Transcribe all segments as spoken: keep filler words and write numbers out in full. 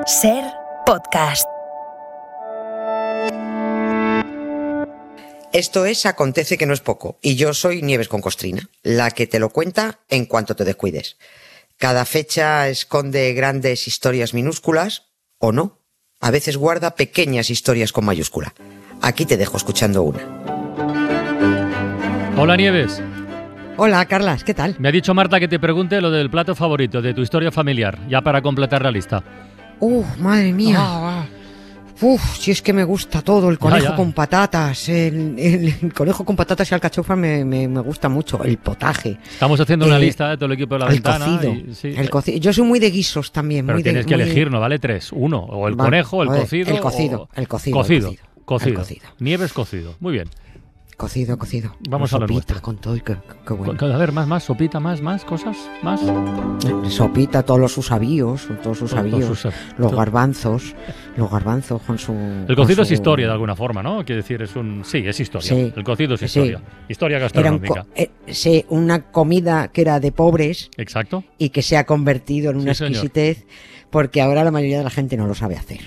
Ser Podcast. Esto es Acontece que no es poco, y yo soy Nieves con Costrina, la que te lo cuenta en cuanto te descuides. Cada fecha esconde grandes historias minúsculas, o no. A veces guarda pequeñas historias con mayúscula. Aquí te dejo escuchando una. Hola, Nieves. Hola, Carlas, ¿qué tal? Me ha dicho Marta que te pregunte lo del plato favorito, de tu historia familiar, ya para completar la lista. ¡Uh, madre mía! Ah, ah. Uf, si es que me gusta todo, el conejo Ya, ya. con patatas, el, el- el conejo con patatas y alcachofas me, me, me gusta mucho, el potaje, Estamos haciendo una Eh, lista de todo el equipo de la el ventana. cocido, y- sí, el cocido. Yo soy muy de guisos también, Pero muy de, tienes que muy- elegir, ¿no? Vale tres. Uno, o el Va- conejo, el a ver, cocido. el cocido, o- el cocido, Cocido, el cocido, cocido. el cocido. Nieves cocido. Muy bien. Cocido, cocido. Vamos Con a lo sopita, nuestro. con todo, y qué, qué bueno. A ver, más, más, sopita, más, más, cosas, más. Sopita, todos los usavíos, todos sus Todos avíos, sus- los to- garbanzos, los garbanzos con su... El cocido es historia de alguna forma, ¿no? Quiere decir, es un... Sí, es historia. Sí. El cocido es Sí. historia. Historia Era un gastronómica. co- eh, sí, una comida que era de pobres Exacto. y que se ha convertido en una Sí, señor. exquisitez porque ahora la mayoría de la gente no lo sabe hacer.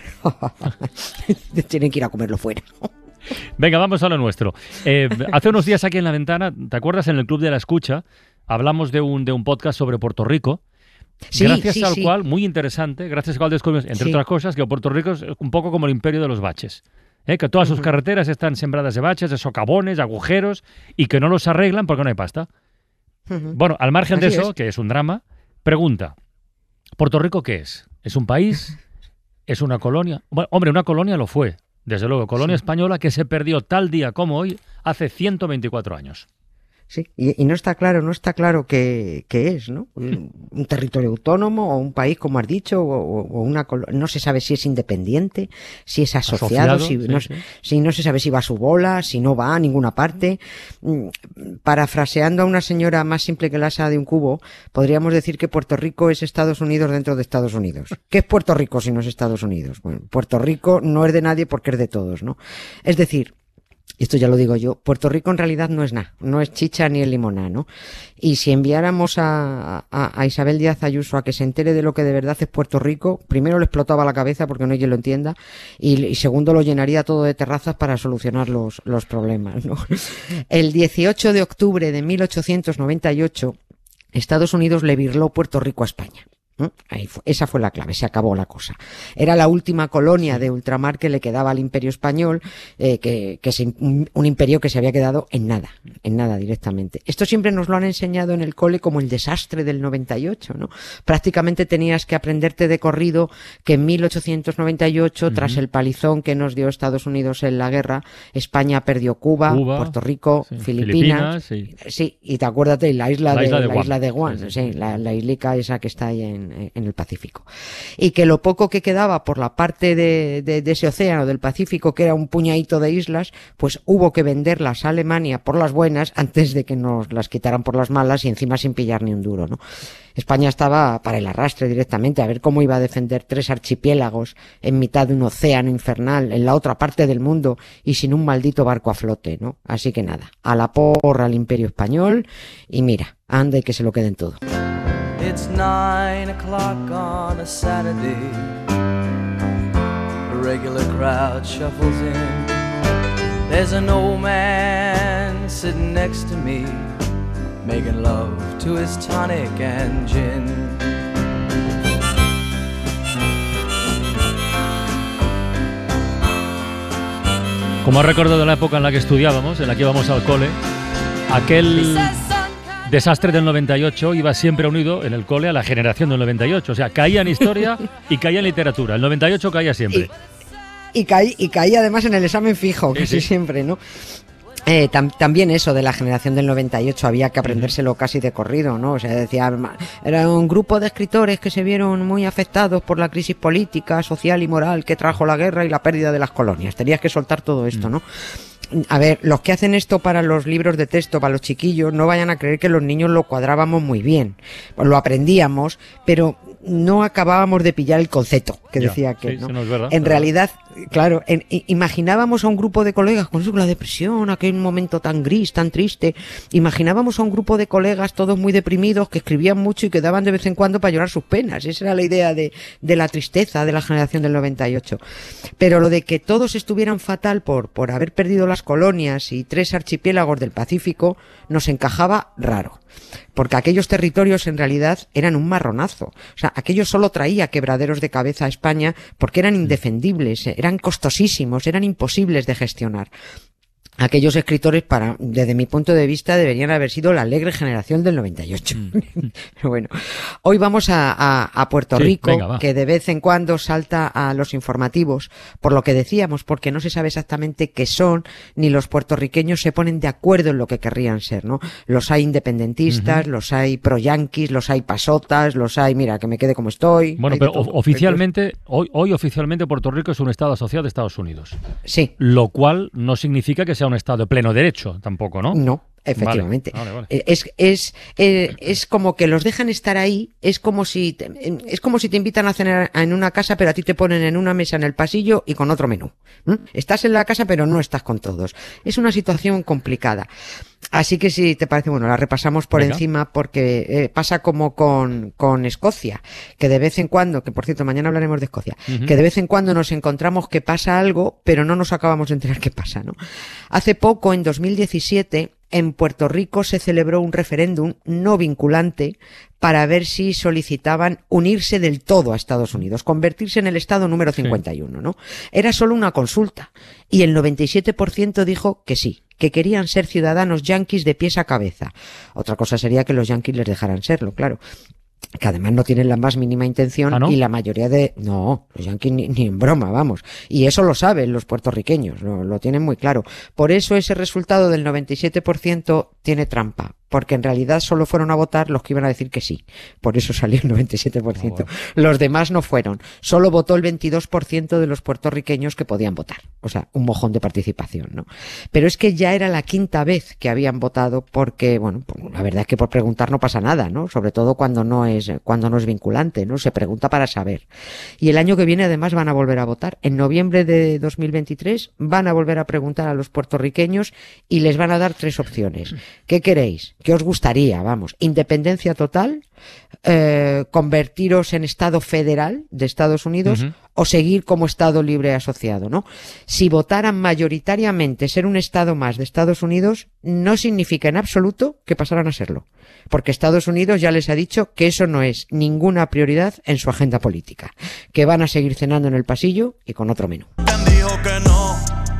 Tienen que ir a comerlo fuera. Venga, vamos a lo nuestro. Eh, hace unos días aquí en La Ventana, ¿te acuerdas? En el Club de la Escucha, hablamos de un, de un podcast sobre Puerto Rico. Sí, gracias sí, al sí. cual, muy interesante, gracias al cual descubrimos, entre Sí. otras cosas, que Puerto Rico es un poco como el imperio de los baches. ¿eh? Que todas sus Ujú. carreteras están sembradas de baches, de socavones, de agujeros, y que no los arreglan porque no hay pasta. Ujú. Bueno, al margen de Así eso, es. que es un drama, pregunta, ¿Puerto Rico qué es? ¿Es un país? ¿Es una colonia? Bueno, hombre, una colonia lo fue, desde luego, colonia Sí. española que se perdió tal día como hoy, hace ciento veinticuatro años. Sí, y, y no está claro, no está claro qué, qué es, ¿no? Un, un territorio autónomo o un país, como has dicho, o, o- o una colo- no se sabe si es independiente, si es asociado, Asociado, si, sí, no, sí. si no se sabe si va a su bola, si no va a ninguna parte. Mm, Parafraseando a una señora más simple que la asa de un cubo, podríamos decir que Puerto Rico es Estados Unidos dentro de Estados Unidos. ¿Qué es Puerto Rico si no es Estados Unidos? Bueno, Puerto Rico no es de nadie porque es de todos, ¿no? Es decir, esto ya lo digo yo, Puerto Rico en realidad no es nada, no es chicha ni es limoná, ¿no? Y si enviáramos a, a, a Isabel Díaz Ayuso a que se entere de lo que de verdad es Puerto Rico, primero le explotaba la cabeza porque no hay quien lo entienda, y, y segundo lo llenaría todo de terrazas para solucionar los, los problemas, ¿no? El dieciocho de octubre de mil ochocientos noventa y ocho, Estados Unidos le birló Puerto Rico a España. ¿Mm? Ahí fue- esa fue la clave, se acabó la cosa. Era la última colonia de ultramar que le quedaba al Imperio Español, eh, que, que se- un, un imperio que se había quedado en nada, en nada directamente. Esto siempre nos lo han enseñado en el cole como el desastre del noventa y ocho, ¿no? Prácticamente tenías que aprenderte de corrido que en mil ochocientos noventa y ocho, Ujú. tras el palizón que nos dio Estados Unidos en la guerra, España perdió Cuba, Cuba, Puerto Rico, sí, Filipinas, Filipinas, sí. sí, y te acuerdas de la isla La de isla de la Guam. isla de Guam, Sí, sí, sí, sí. la, la islica esa que está ahí en, en el Pacífico. Y que lo poco que quedaba por la parte de, de, de ese océano del Pacífico, que era un puñadito de islas, pues hubo que venderlas a Alemania por las buenas antes de que nos las quitaran por las malas y encima sin pillar ni un duro, ¿no? España estaba para el arrastre directamente, a ver cómo iba a defender tres archipiélagos en mitad de un océano infernal en la otra parte del mundo y sin un maldito barco a flote, ¿no? Así que nada, a la porra al Imperio Español y mira, anda y que se lo queden todo. It's nine o'clock on a Saturday. A regular crowd shuffles in. There's an old man sitting next to me, making love to his tonic and gin. Como has recordado la época en la que estudiábamos, en la que íbamos al cole, aquel desastre del noventa y ocho iba siempre unido en el cole a la generación del noventa y ocho. O sea, caía en historia y caía en literatura. El noventa y ocho caía siempre. Y caí, y caí además en el examen fijo, Sí, casi sí. siempre, ¿no? Eh, tam- también eso de la generación del noventa y ocho había que aprendérselo casi de corrido, ¿no? O sea, decía, ma- era un grupo de escritores que se vieron muy afectados por la crisis política, social y moral que trajo la guerra y la pérdida de las colonias. Tenías que soltar todo esto, ¿no? A ver, los que hacen esto para los libros de texto, para los chiquillos, no vayan a creer que los niños lo cuadrábamos muy bien. Pues lo aprendíamos, pero no acabábamos de pillar el concepto que Ya, decía que, sí, ¿no? sí, no es verdad, en es realidad, claro, en, imaginábamos a un grupo de colegas con eso, con la depresión, aquel momento tan gris, tan triste. Imaginábamos a un grupo de colegas todos muy deprimidos que escribían mucho y que daban de vez en cuando para llorar sus penas. Esa era la idea de, de la tristeza de la generación del noventa y ocho. Pero lo de que todos estuvieran fatal por, por haber perdido las colonias y tres archipiélagos del Pacífico nos encajaba raro. Porque aquellos territorios en realidad eran un marronazo. O sea, aquello solo traía quebraderos de cabeza a España porque eran indefendibles, eran costosísimos, eran imposibles de gestionar. Aquellos escritores, para, desde mi punto de vista, deberían haber sido la alegre generación del noventa y ocho. Mm. Pero bueno, hoy vamos a, a, a Puerto sí, Rico, venga, que de vez en cuando salta a los informativos, por lo que decíamos, porque no se sabe exactamente qué son, ni los puertorriqueños se ponen de acuerdo en lo que querrían ser, ¿no? Los hay independentistas, uh-huh. los hay pro-yanquis, los hay pasotas, los hay, mira, que me quede como estoy. Bueno, pero oficialmente, hoy, hoy oficialmente Puerto Rico es un estado asociado a Estados Unidos. Sí. Lo cual no significa que sea un estado de pleno derecho, tampoco, ¿no? No, efectivamente. Vale, vale, vale. Es, es, es, es como que los dejan estar ahí, es como si te, es como si te invitan a cenar en una casa, pero a ti te ponen en una mesa en el pasillo y con otro menú. ¿Mm? Estás en la casa, pero no estás con todos. Es una situación complicada. Así que si te parece, bueno, la repasamos por Venga. encima porque eh, pasa como con, con Escocia, que de vez en cuando, que por cierto mañana hablaremos de Escocia, uh-huh. que de vez en cuando nos encontramos que pasa algo, pero no nos acabamos de enterar qué pasa, ¿no? Hace poco, en dos mil diecisiete, en Puerto Rico se celebró un referéndum no vinculante para ver si solicitaban unirse del todo a Estados Unidos, convertirse en el estado número cincuenta y uno, ¿no? Era solo una consulta y el noventa y siete por ciento dijo que sí, que querían ser ciudadanos yanquis de pies a cabeza. Otra cosa sería que los yanquis les dejaran serlo, claro. Que además no tienen la más mínima intención. ¿Ah, no? Y la mayoría de... No, los yanquis ni, ni en broma, vamos. Y eso lo saben los puertorriqueños, lo, lo tienen muy claro. Por eso ese resultado del noventa y siete por ciento tiene trampa, porque en realidad solo fueron a votar los que iban a decir que sí. Por eso salió el noventa y siete por ciento. Oh, bueno. Los demás no fueron. Solo votó el veintidós por ciento de los puertorriqueños que podían votar. O sea, un mojón de participación, ¿no? Pero es que ya era la quinta vez que habían votado porque, bueno, pues la verdad es que por preguntar no pasa nada, ¿no? Sobre todo cuando no es, cuando no es vinculante, ¿no? Se pregunta para saber. Y el año que viene además van a volver a votar. En noviembre de dos mil veintitrés van a volver a preguntar a los puertorriqueños y les van a dar tres opciones. ¿Qué queréis? ¿Qué os gustaría? Vamos, independencia total, eh, convertiros en Estado federal de Estados Unidos, uh-huh. o seguir como Estado libre asociado, ¿no? Si votaran mayoritariamente ser un Estado más de Estados Unidos, no significa en absoluto que pasaran a serlo. Porque Estados Unidos ya les ha dicho que eso no es ninguna prioridad en su agenda política. Que van a seguir cenando en el pasillo y con otro menú. ¿Quién dijo que no?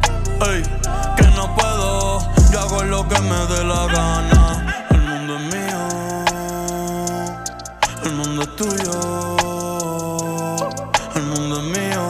Ey, que no puedo. Yo hago lo que me dé la gana. El mundo es mío. El mundo es tuyo. El mundo es mío.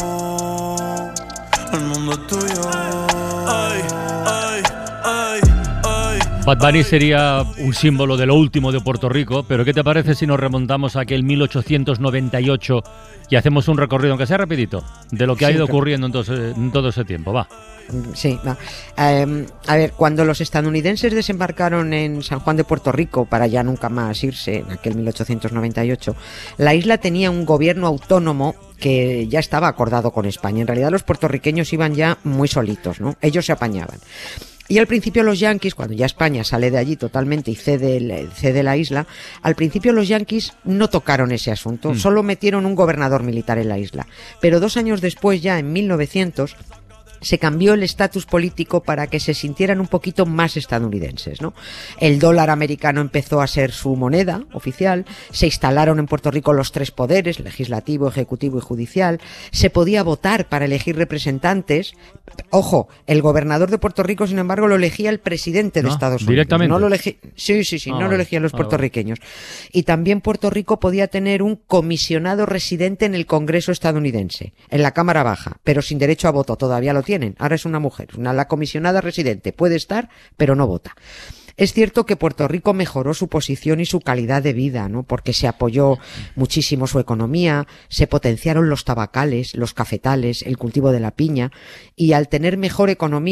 El mundo es tuyo. Ay, ay, ay, ay. Bad Bunny sería un símbolo de lo último de Puerto Rico, pero ¿qué te parece si nos remontamos a aquel mil ochocientos noventa y ocho y hacemos un recorrido, aunque sea rapidito, de lo que sí, ha ido claro. ocurriendo en todo, en todo ese tiempo? Va. Sí, va. Eh, a ver, cuando los estadounidenses desembarcaron en San Juan de Puerto Rico para ya nunca más irse, en aquel mil ochocientos noventa y ocho, la isla tenía un gobierno autónomo que ya estaba acordado con España. En realidad los puertorriqueños iban ya muy solitos, ¿no? Ellos se apañaban. Y al principio los yanquis, cuando ya España sale de allí totalmente y cede, cede la isla, al principio los yanquis no tocaron ese asunto, mm. solo metieron un gobernador militar en la isla. Pero dos años después, ya en mil novecientos, se cambió el estatus político para que se sintieran un poquito más estadounidenses, ¿no? El dólar americano empezó a ser su moneda oficial, se instalaron en Puerto Rico los tres poderes, legislativo, ejecutivo y judicial, se podía votar para elegir representantes. Ojo, el gobernador de Puerto Rico, sin embargo, lo elegía el presidente de ¿No? Estados Unidos. ¿Directamente? No lo elegí... Sí, sí, sí, ah, no vale. lo elegían los ah, puertorriqueños. Vale. Y también Puerto Rico podía tener un comisionado residente en el Congreso estadounidense, en la Cámara Baja, pero sin derecho a voto, todavía lo tienen. Ahora es una mujer, una, la comisionada residente. Puede estar, pero no vota. Es cierto que Puerto Rico mejoró su posición y su calidad de vida, ¿no? Porque se apoyó muchísimo su economía, se potenciaron los tabacales, los cafetales, el cultivo de la piña, y al tener mejor economía,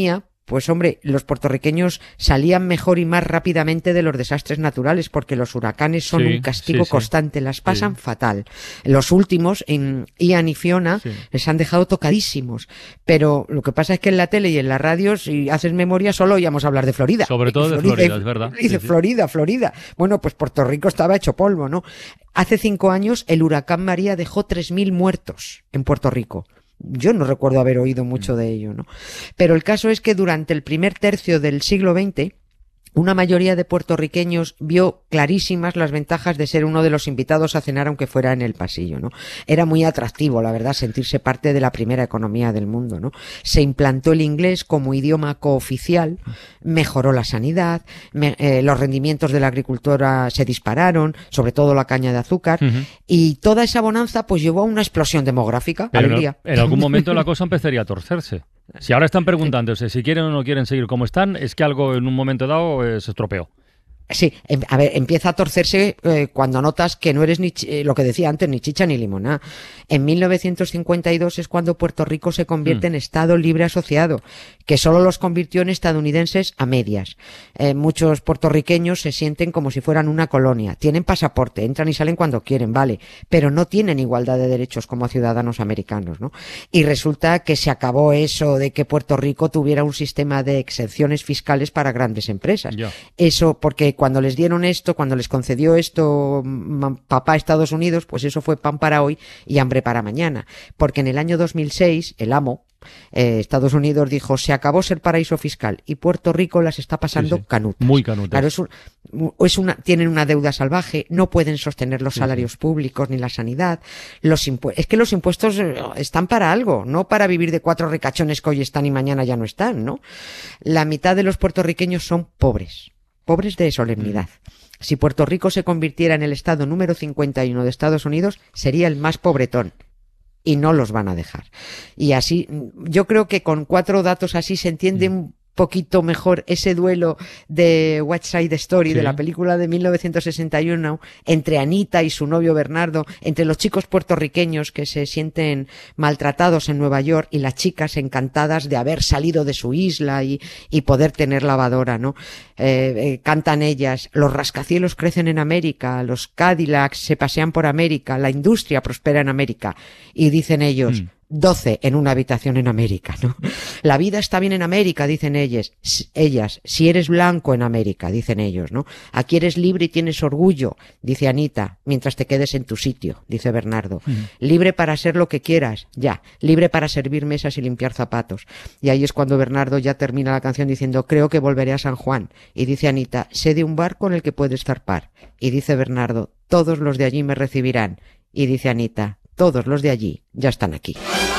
Pues hombre, los puertorriqueños salían mejor y más rápidamente de los desastres naturales porque los huracanes son Sí, un castigo sí, sí. constante, las pasan Sí. fatal. Los últimos, en Ian y Fiona, Sí. les han dejado tocadísimos. Pero lo que pasa es que en la tele y en la radio, si haces memoria, solo oíamos hablar de Florida. Sobre todo de Florida, es verdad. Y de Sí, sí. Florida, Florida. Bueno, pues Puerto Rico estaba hecho polvo, ¿no? Hace cinco años el huracán María dejó tres mil muertos en Puerto Rico. Yo no recuerdo haber oído mucho de ello, ¿no? Pero el caso es que durante el primer tercio del siglo veinte, una mayoría de puertorriqueños vio clarísimas las ventajas de ser uno de los invitados a cenar aunque fuera en el pasillo, ¿no? Era muy atractivo, la verdad, sentirse parte de la primera economía del mundo, ¿no? Se implantó el inglés como idioma cooficial, mejoró la sanidad, me, eh, los rendimientos de la agricultura se dispararon, sobre todo la caña de azúcar, Ujú. y toda esa bonanza pues llevó a una explosión demográfica. Pero en, Alegría. en algún momento la cosa empezaría a torcerse. Si ahora están preguntándose si quieren o no quieren seguir como están, es que algo en un momento dado eh, se estropeó. Sí, em- a ver, empieza a torcerse eh, cuando notas que no eres ni chi- eh, lo que decía antes, ni chicha ni limonada. En mil novecientos cincuenta y dos es cuando Puerto Rico se convierte Mm. en Estado libre asociado, que solo los convirtió en estadounidenses a medias. Eh, muchos puertorriqueños se sienten como si fueran una colonia. Tienen pasaporte, entran y salen cuando quieren, vale, pero no tienen igualdad de derechos como ciudadanos americanos, ¿no? Y resulta que se acabó eso de que Puerto Rico tuviera un sistema de exenciones fiscales para grandes empresas. Ya. Eso, porque cuando les dieron esto, cuando les concedió esto mm, papá Estados Unidos, pues eso fue pan para hoy y hambre para mañana. Porque en el año dos mil seis, el amo, eh, Estados Unidos dijo, se acabó ser paraíso fiscal y Puerto Rico las está pasando Sí, sí. canutas. Muy canutas. Claro, es un- es una, tienen una deuda salvaje, no pueden sostener los Sí, salarios públicos ni la sanidad. Los impu- es que los impuestos eh, están para algo, no para vivir de cuatro ricachones que hoy están y mañana ya no están, ¿no? La mitad de los puertorriqueños son pobres. Pobres de solemnidad. Si Puerto Rico se convirtiera en el estado número cincuenta y uno de Estados Unidos, sería el más pobretón. Y no los van a dejar. Y así, yo creo que con cuatro datos así se entiende un poquito mejor ese duelo de West Side Story, Sí. de la película de mil novecientos sesenta y uno, entre Anita y su novio Bernardo, entre los chicos puertorriqueños que se sienten maltratados en Nueva York y las chicas encantadas de haber salido de su isla y, y poder tener lavadora, ¿no? Eh, eh, cantan ellas, los rascacielos crecen en América, los Cadillacs se pasean por América, la industria prospera en América, y dicen ellos, Mm. doce en una habitación en América, ¿no? La vida está bien en América, dicen ellas, S- ellas, si eres blanco en América, dicen ellos, ¿no? Aquí eres libre y tienes orgullo, dice Anita, mientras te quedes en tu sitio, dice Bernardo. Libre para ser lo que quieras, ya, libre para servir mesas y limpiar zapatos. Y ahí es cuando Bernardo ya termina la canción diciendo, creo que volveré a San Juan. Y dice Anita, sé de un barco en el que puedes zarpar. Y dice Bernardo, todos los de allí me recibirán. Y dice Anita, todos los de allí ya están aquí.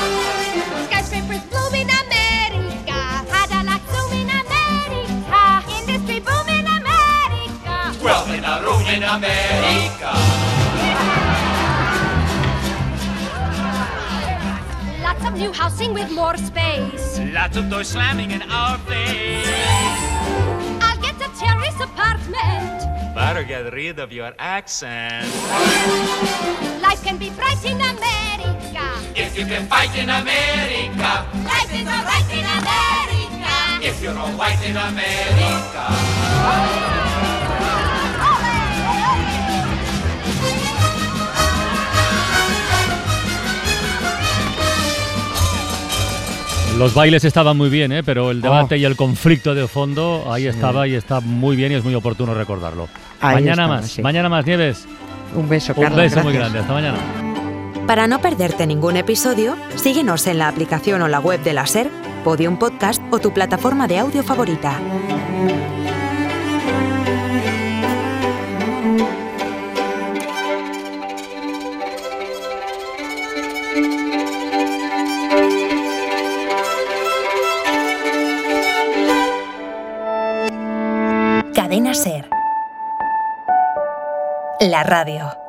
Skyscrapers bloom in America. Cadillac zoom in America. Industry boom in America. Wealth in a room in America. Lots of new housing with more space. Lots of doors slamming in our face. I'll get a terrace apartment. Better get rid of your accent. Life can be bright in America. If you can fight in America. Life is alright in America. If you're all white in America. Los bailes estaban muy bien, ¿eh? Pero el debate Oh. y el conflicto de fondo ahí estaba y está muy bien y es muy oportuno recordarlo. Ahí mañana estaba, más, sí. mañana más, Nieves. Un beso, Un Carlos. beso muy gracias. grande. Hasta mañana. Para no perderte ningún episodio, síguenos en la aplicación o la web de la SER, Podium Podcast o tu plataforma de audio favorita. Cadena SER. La radio.